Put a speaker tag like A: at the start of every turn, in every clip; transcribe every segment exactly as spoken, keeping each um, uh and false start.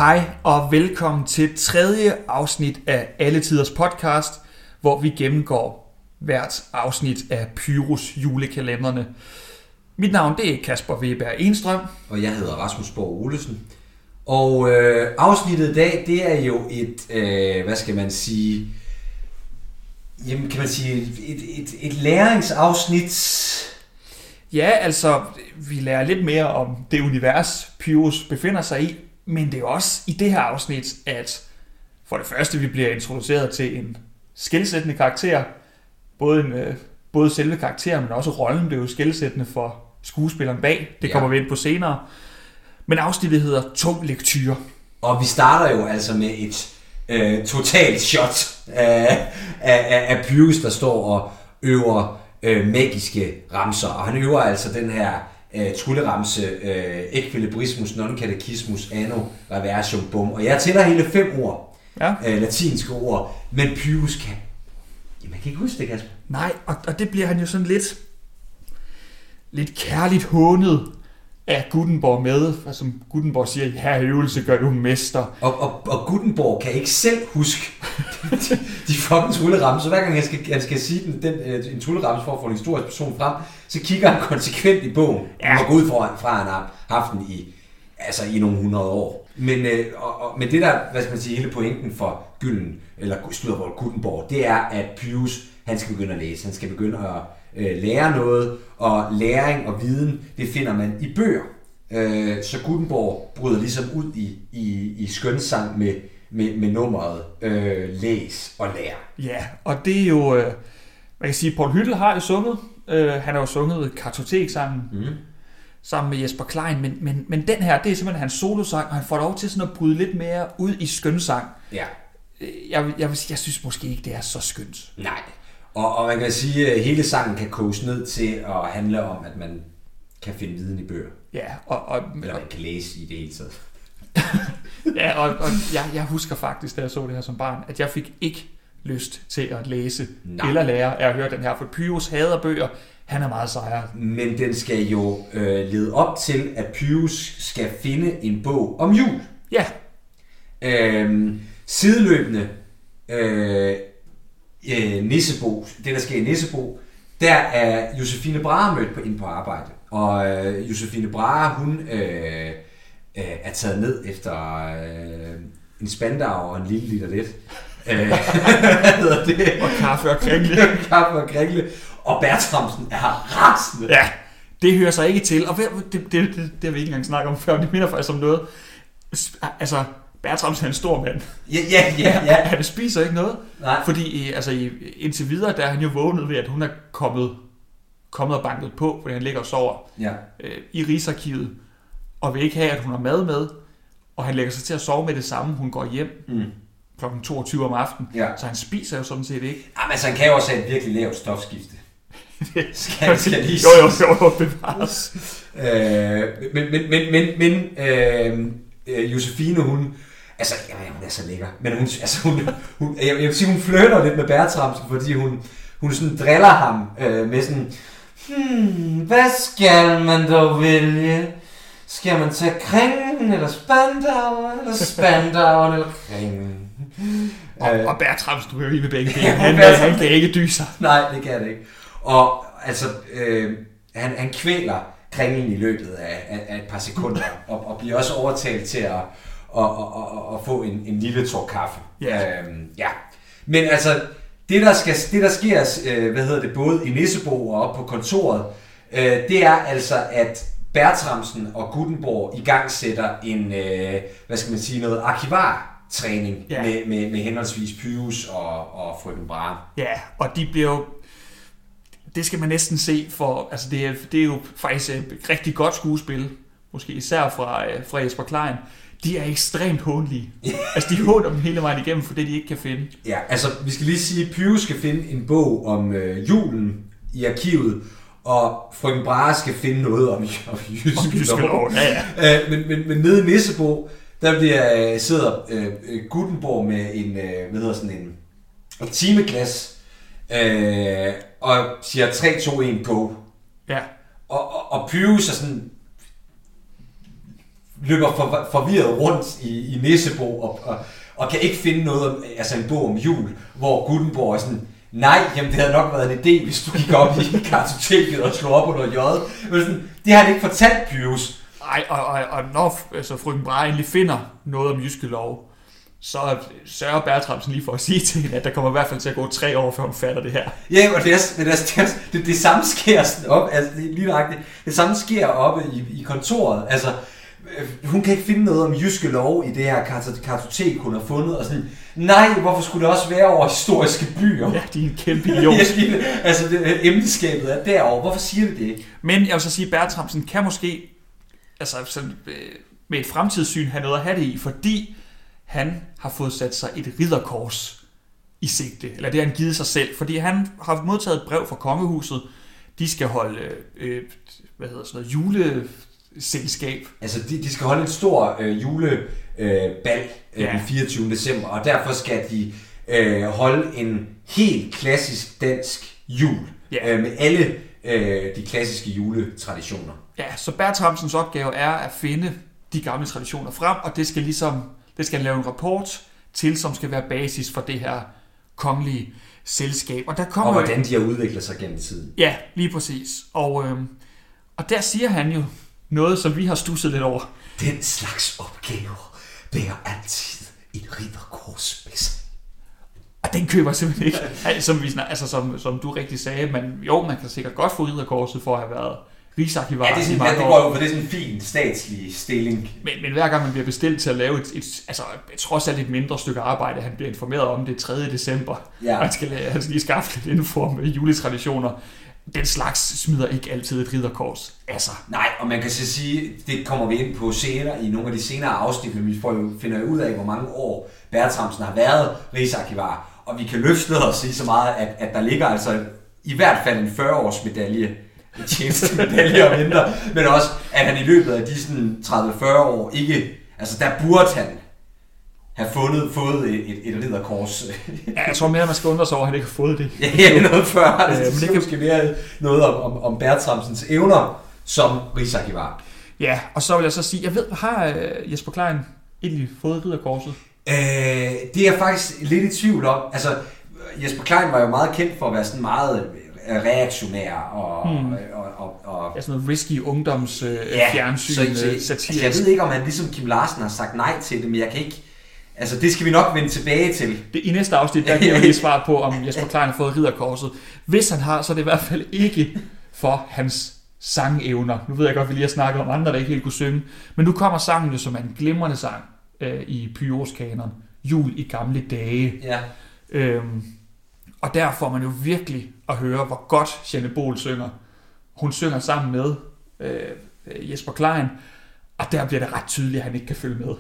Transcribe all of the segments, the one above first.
A: Hej og velkommen til tredje afsnit af Alle Tiders podcast, hvor vi gennemgår hvert afsnit af Pyrus julekalenderne. Mit navn det er Kasper Weber Enstrøm.
B: Og jeg hedder Rasmus Borg Olesen. Og øh, afsnittet i dag, det er jo et, øh, hvad skal man sige, jamen kan man sige, et, et, et læringsafsnit.
A: Ja, altså, vi lærer lidt mere om det univers, Pyrus befinder sig i, men det er også i det her afsnit, at for det første, vi bliver introduceret til en skelsættende karakter. Både, en, både selve karakteren, men også rollen blev jo skelsættende for skuespilleren bag. Det kommer ja. vi ind på senere. Men afsnittet hedder Tung Lektyre.
B: Og vi starter jo altså med et øh, totalt shot af, af, af Pyrus, der står og øver øh, magiske ramser. Og han øver altså den her øh, trylleramse øh, Equilibrismus non catechismus anno reversium bum. Og jeg tæller hele fem ord, ja. øh, latinske ord, men Pyrus kan... Jamen, jeg kan ikke huske det, Kasper.
A: Nej, og, og det bliver han jo sådan lidt, lidt kærligt hånet af Gutenborg med, og som Gutenborg siger, her øvelse gør du mester.
B: Og, og, og Gutenborg kan ikke selv huske de, de fucking trylleramser. Så hver gang han skal, han skal sige den, den, en trylleramse for at få en historisk person frem, så kigger han konsekvent i bogen. Ja. Og går ud fra, fra han har haft den i, altså i nogle hundrede år. Men, øh, og, og, men det der, hvad skal man sige, hele pointen for Gylden, eller Sluddervold Gutenborg, det er, at Pyrus, han skal begynde at læse. Han skal begynde at øh, lære noget, og læring og viden, det finder man i bøger. Øh, så Gutenborg bryder ligesom ud i, i, i skønsang med, med, med nummeret øh, læs og lær.
A: Ja, og det er jo, øh, man kan sige, Poul Hyttel har jo sunget, øh, han har jo sunget Kartotek-sangen, mm. sammen med Jesper Klein, men, men, men den her, det er simpelthen hans solosang, og han får lov til sådan at bryde lidt mere ud i skønsang.
B: Ja.
A: Jeg, jeg, jeg synes måske ikke, det er så skønt.
B: Nej, og, og man kan sige, at hele sangen kan koges ned til at handle om, at man kan finde viden i bøger.
A: Ja, og... og
B: Eller man kan læse i det hele taget.
A: ja, og, og jeg, jeg husker faktisk, da jeg så det her som barn, at jeg fik ikke lyst til at læse Nej. eller lære af at høre den her, for Pyrus hader bøger. Han er meget sejere.
B: Men den skal jo øh, lede op til, at Pyrus skal finde en bog om jul.
A: Ja.
B: Øhm, sideløbende øh, øh, Nissebo, det der sker i Nissebo, der er Josefine Brahe mødt på, ind på arbejde. Og øh, Josefine Brahe, hun øh, øh, er taget ned efter øh, en spandau og en lille liter let. Øh, hvad hedder det?
A: Og kaffe og kringle.
B: kaffe og kringle. Og Bertramsen er rasende.
A: Ja, det hører sig ikke til. Og det, det, det, det har vi ikke engang snakket om før. Det minder faktisk om noget. Altså, Bertramsen er en stor mand.
B: Ja, ja, ja. ja.
A: Han spiser ikke noget.
B: Nej.
A: Fordi altså, indtil videre, der er han jo vågnet ved, at hun er kommet, kommet og banket på, fordi han ligger og sover
B: ja.
A: øh, i Rigsarkivet. Og vil ikke have, at hun har mad med. Og han lægger sig til at sove med det samme. Hun går hjem mm. klokken toogtyve om aftenen. Ja. Så han spiser jo sådan set ikke.
B: Jamen, altså, han kan jo også have et virkelig lavt stofskifte. skal, skal lige
A: jo, jo, jo, jo, bevares.
B: øh, men men, men, men, men øh, Josefine, hun, altså, jamen, hun er så lækker, men hun, altså, hun, hun jeg, jeg vil sige, hun flirter lidt med Bertramsen, fordi hun, hun sådan driller ham øh, med sådan, hmm, hvad skal man dog vælge? Skal man tage kringen, eller spandaueren, eller spandaueren, eller kringen?
A: Og, og Bertramsen, du hører lige med begge ben. Han, han kan ikke dyse.
B: Nej, det kan det ikke. Og altså, øh, han, han kvæler kringlen i løbet af, af, af et par sekunder, og, og bliver også overtalt til at, at, at, at, at få en, en lille tår kaffe.
A: Yeah.
B: Øhm, ja. Men altså, det der, skal, det der sker, øh, hvad hedder det, både i Nissebo og op på kontoret, øh, det er altså, at Bertramsen og Gutenborg i gang sætter en, øh, hvad skal man sige, noget arkivar-træning yeah. med, med, med henholdsvis Pyrus og, og frøken Brahe.
A: Ja, og de bliver jo, det skal man næsten se for, altså det er, det er jo faktisk et rigtig godt skuespil, måske især fra, fra Jesper Klein. De er ekstremt hånlige. Altså de håner dem hele vejen igennem for det, de ikke kan finde.
B: Ja, altså vi skal lige sige, at Pyrus skal finde en bog om øh, julen i arkivet, og frøken Brahe skal finde noget om, om jyske lov.
A: Ja, ja.
B: øh, men, men, men nede i Nissebo, der bliver, sidder øh, Gutenborg med en, øh, hvad hedder sådan en, et timeglas, øh, og siger tre, to, en, go.
A: Ja.
B: Og, og, og Pyrus er sådan, løber for, forvirret rundt i, i Nissebo og, og, og kan ikke finde noget om, altså en bog om jul, hvor Gutenborg er sådan, nej, jamen det havde nok været en idé, hvis du gik op i kartoteket og slog op under J. Sådan, det har han ikke fortalt, Pyrus.
A: Nej, og, og, og når altså, frøken Brahe endelig finder noget om jyske lov, så sørger Bertramsen lige for at sige til hende, at der kommer i hvert fald til at gå tre år, før hun fatter det her.
B: Ja, og det, er, det, er, det, er, det, det samme sker op, altså det, lige nøjagtigt, det samme sker oppe i, i kontoret. Altså, hun kan ikke finde noget om jyske lov i det her kartotek, hun har fundet, og sådan, nej, hvorfor skulle det også være over historiske byer?
A: Ja, de er en kæmpe idiot.
B: Altså, det, emneskabet er derovre. Hvorfor siger det det?
A: Men jeg vil så sige, at Bertramsen kan måske altså, sådan, med et fremtidssyn have noget at have det i, fordi han har fået sat sig et ridderkors i sigte, eller det har han givet sig selv, fordi han har modtaget et brev fra kongehuset. De skal holde øh, hvad hedder sådan noget, juleselskab.
B: Altså, de, de skal holde en stor øh, julebal øh, øh, ja. den fireogtyvende december, og derfor skal de øh, holde en helt klassisk dansk jul, ja. øh, med alle øh, de klassiske juletraditioner.
A: Ja, så Bertramsens opgave er at finde de gamle traditioner frem, og det skal ligesom det skal han lave en rapport til, som skal være basis for det her kongelige selskab. Og, der kommer
B: og hvordan de har udviklet sig gennem tiden.
A: Ja, lige præcis. Og, øh, og der siger han jo noget, som vi har stusset lidt over.
B: Den slags opgaver bærer altid et ridderkors med sig.
A: Og den køber simpelthen ikke. Altså, som, vi, altså, som, som du rigtig sagde, man, jo, man kan sikkert godt få ridderkorset for at have været rigsarkivar.
B: Ja, det, er sådan, ja, det går jo for det er sådan en fin statslig stilling.
A: Men, men hver gang man bliver bestilt til at lave et, et altså trods alt et mindre stykke arbejde, han bliver informeret om det tredje december, ja. Og han skal, han skal lige skaffe lidt info om juletraditioner. Den slags smider ikke altid et ridderkors. Altså.
B: Nej, og man kan så sige, det kommer vi ind på senere i nogle af de senere afsnit, men vi får jo, finder jo ud af, hvor mange år Bertramsen har været rigsarkivar, og vi kan løfte og sige så meget, at, at der ligger altså i hvert fald en fyrre-års medalje, en tjenestemedalje og mindre, men også, at han i løbet af de sådan tredive til fyrre år ikke, altså der burde han have fundet, fået et, et, et ridderkors.
A: Ja, jeg tror mere, at man skal undre sig over, at han ikke har fået det.
B: Ja, noget før. Det, det, det kan måske mere noget om, om, om Bertramsens evner som rigsarkivar.
A: Ja, og så vil jeg så sige, jeg ved, har Jesper Klein egentlig fået ridderkorset?
B: Øh, det er jeg faktisk lidt i tvivl om. Altså, Jesper Klein var jo meget kendt for at være sådan meget reaktionær og, hmm. og, og, og
A: ja, sådan noget risky ungdoms øh, ja, fjernsyn,
B: så, så,
A: satirisk.
B: Altså, jeg ved ikke, om han ligesom Kim Larsen har sagt nej til det, men jeg kan ikke. Altså, det skal vi nok vende tilbage til.
A: Det, I næste afsnit, der giver vi lige svar på, om Jesper Klein har fået ridderkorset. Hvis han har, så er det i hvert fald ikke for hans sangevner. Nu ved jeg godt, at vi lige har snakket om andre, der ikke helt kunne synge. Men nu kommer sangen jo som en glimrende sang øh, i Pyrus-kanon. Jul i gamle dage.
B: Ja.
A: Øhm, og der får man jo virkelig at høre, hvor godt Jeanne Bohl synger. Hun synger sammen med øh, Jesper Klein, og der bliver det ret tydeligt, at han ikke kan følge med.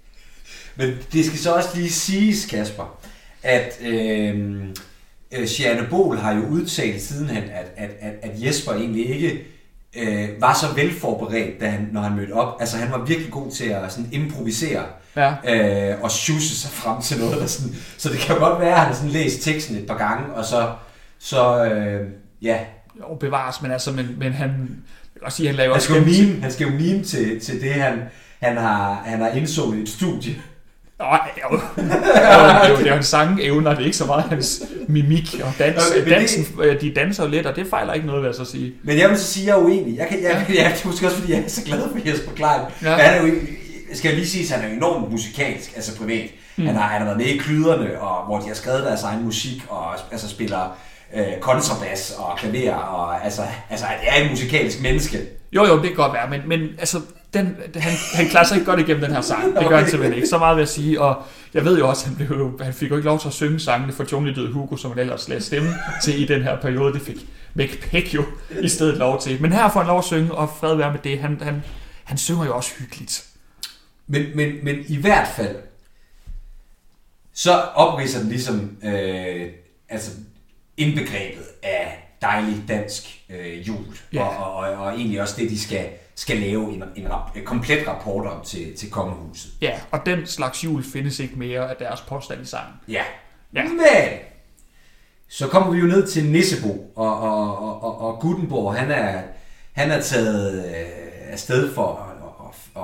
B: Men det skal så også lige siges, Kasper, at øh, Jeanne Bohl har jo udtalt sidenhen, at, at, at, at Jesper egentlig ikke øh, var så velforberedt, da han, når han mødte op. Altså han var virkelig god til at sådan, improvisere ja. øh, og sjusse sig frem til noget. Der sådan, så det kan godt være, at han har sådan læst teksten et par gange, og så, så øh, ja.
A: Jo, bevares, men altså, men, men han, jeg kan sige, han laver
B: han skal, også mime, han skal jo mime til, til det, han, han har, han har indsoget i et studie.
A: Nej, jo. jo, jo, det er jo en sangevner, det er ikke så meget hans mimik og dans. Okay, dansen, det... De danser jo lidt, og det fejler ikke noget, vil jeg så sige.
B: Men jeg vil så sige, at jeg er uenig. Jeg kan, jeg, jeg, jeg, det er måske også, fordi jeg er så glad for Jesper Klein. Ja. Han er jo, skal jeg lige sige, at han er enormt musikalsk, altså privat. Mm. Han, har, han har været med i Klyderne, og, hvor de har skrevet deres egen musik, og altså spiller øh, kontrabas og klaver, og altså, altså det er en musikalsk menneske.
A: Jo, jo, det kan godt være, men, men altså, den, han, han klarer sig ikke godt igennem den her sang. Det gør han simpelthen ikke. Så meget vil jeg sige, og jeg ved jo også, han, blev, han fik jo ikke lov til at synge sangene for Djungledød Hugo, som han ellers lagde stemme til i den her periode. Det fik Mick Peck jo i stedet lov til. Men her får han lov at synge, og fred være med det. Han, han, han synger jo også hyggeligt.
B: Men, men, men i hvert fald, så opridser den ligesom øh, altså indbegrebet af dejlig dansk øh, jul, ja. og, og, og egentlig også det, de skal, skal lave en, en, rap, en komplet rapport om til, til kongehuset.
A: Ja, og den slags jul findes ikke mere af deres påstand i sangen.
B: Ja. ja, men så kommer vi jo ned til Nissebo, og, og, og, og, og Gutenborg, han er, han er taget øh, afsted for at og, og,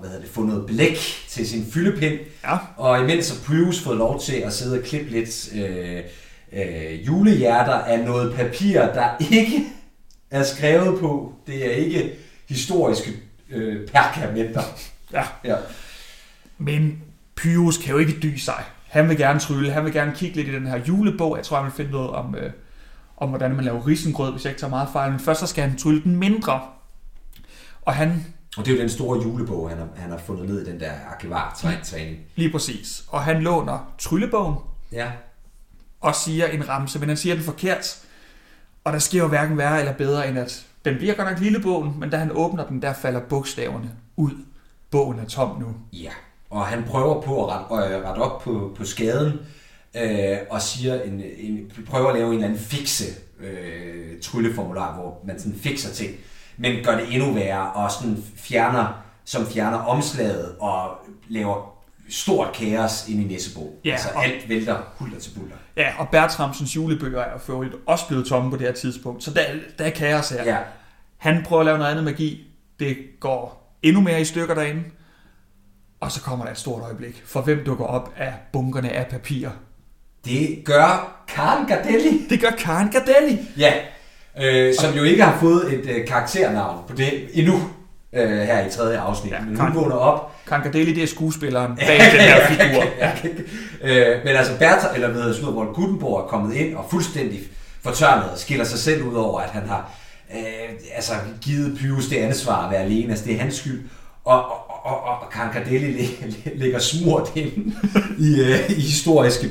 B: hvad hedder det, få noget blæk til sin fyldepind.
A: Ja.
B: Og imens har Pryus fået lov til at sidde og klippe lidt øh, øh, julehjerter af noget papir, der ikke er skrevet på. Det er ikke historiske øh, pergamenter.
A: Ja.
B: ja.
A: Men Pyrus kan jo ikke dy sig. Han vil gerne trylle, han vil gerne kigge lidt i den her julebog. Jeg tror, han vil finde noget om, øh, om hvordan man laver risengrød, hvis jeg ikke tager meget fejl. Men først så skal han trylle den mindre. Og han...
B: Og det er jo den store julebog, han har, han har fundet ned i den der arkivar-træning.
A: Lige præcis. Og han låner tryllebogen.
B: Ja.
A: Og siger en ramse, men han siger den forkert. Og der sker jo hverken værre eller bedre, end at den bliver godt nok lille bogen, men da han åbner den, der falder bogstaverne ud. Bogen er tom nu.
B: Ja, og han prøver på at rette, øh, rette op på, på skaden, øh, og siger en, en, prøver at lave en eller anden fikse øh, trylleformular, hvor man sådan fikser ting, men gør det endnu værre, og sådan fjerner, som fjerner omslaget, og laver stort kaos ind i Nissebo.
A: Ja,
B: altså
A: og,
B: alt vælter hulter til bulter.
A: Ja, og Bertramsens julebøger er for øvrigt også blevet tomme på det her tidspunkt, så der, der er kaos her.
B: Ja.
A: Han prøver at lave noget andet magi, det går endnu mere i stykker derinde, og så kommer der et stort øjeblik, for hvem dukker op af bunkerne af papir?
B: Det gør Karen Gardelli.
A: Det gør Karen Gardelli.
B: Ja, øh, som jo ikke har fået et øh, karakternavn på det endnu øh, her i tredje afsnit. Ja, men hun vågner op.
A: Karen Gardelli, det er skuespilleren bag den her figur.
B: Ja. øh, men altså Bertha, eller ved Sludvold Gutenborg er kommet ind og fuldstændig fortørnet og skiller sig selv ud over, at han har øh, altså, givet Pyrus det ansvar at være alene. Altså det er hans skyld. Og, og, og, og Karen Gardelli ligger smurt ind i, øh, i historiske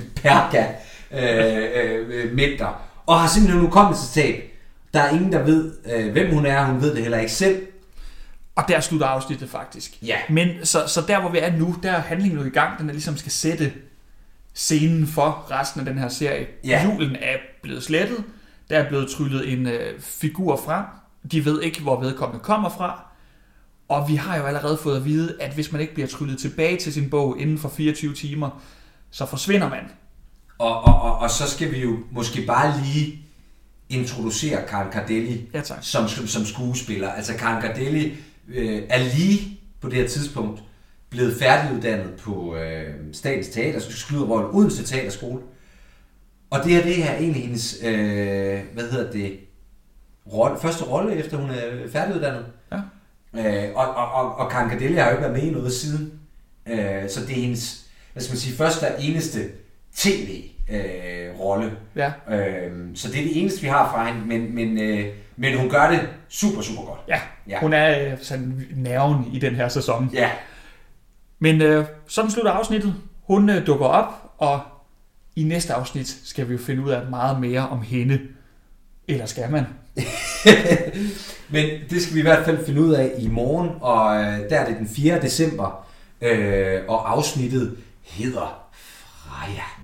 B: pergamenter, øh, og har simpelthen hukommelsestab. Der er ingen, der ved, øh, hvem hun er. Hun ved det heller ikke selv.
A: Og der slutter afsnittet faktisk.
B: Ja.
A: Men så, så der, hvor vi er nu, der er handlingen jo i gang. Den er ligesom skal sætte scenen for resten af den her serie.
B: Ja.
A: Julen er blevet slettet. Der er blevet tryllet en øh, figur frem. De ved ikke, hvor vedkommende kommer fra. Og vi har jo allerede fået at vide, at hvis man ikke bliver tryllet tilbage til sin bog inden for fireogtyve timer, så forsvinder man.
B: Og, og, og, og så skal vi jo måske bare lige introducere Karen Gardelli
A: ja,
B: som, som skuespiller. Altså Karen Gardelli øh, er lige på det her tidspunkt blevet færdiguddannet på øh, Statens Teater, Sklydervold, Odense Teaterskole. Og det her, det er egentlig hendes, øh, hvad hedder det, rolle, første rolle, efter hun er færdiguddannet.
A: Ja.
B: Øh, og, og, og, og Karen Gardelli har jo ikke været med i noget siden. Øh, så det er hendes, hvad skal man sige, første og eneste tv-rolle. Øh,
A: ja.
B: øh, så det er det eneste, vi har fra hende, men, men, øh, men hun gør det super, super godt.
A: Ja,
B: ja.
A: Hun er øh, sådan nerven i den her sæson.
B: Ja.
A: Men øh, sådan slutter afsnittet. Hun øh, dukker op, og i næste afsnit skal vi jo finde ud af meget mere om hende. Eller skal man?
B: Men det skal vi i hvert fald finde ud af i morgen, og øh, der er det den fjerde december, øh, og afsnittet hedder Freja.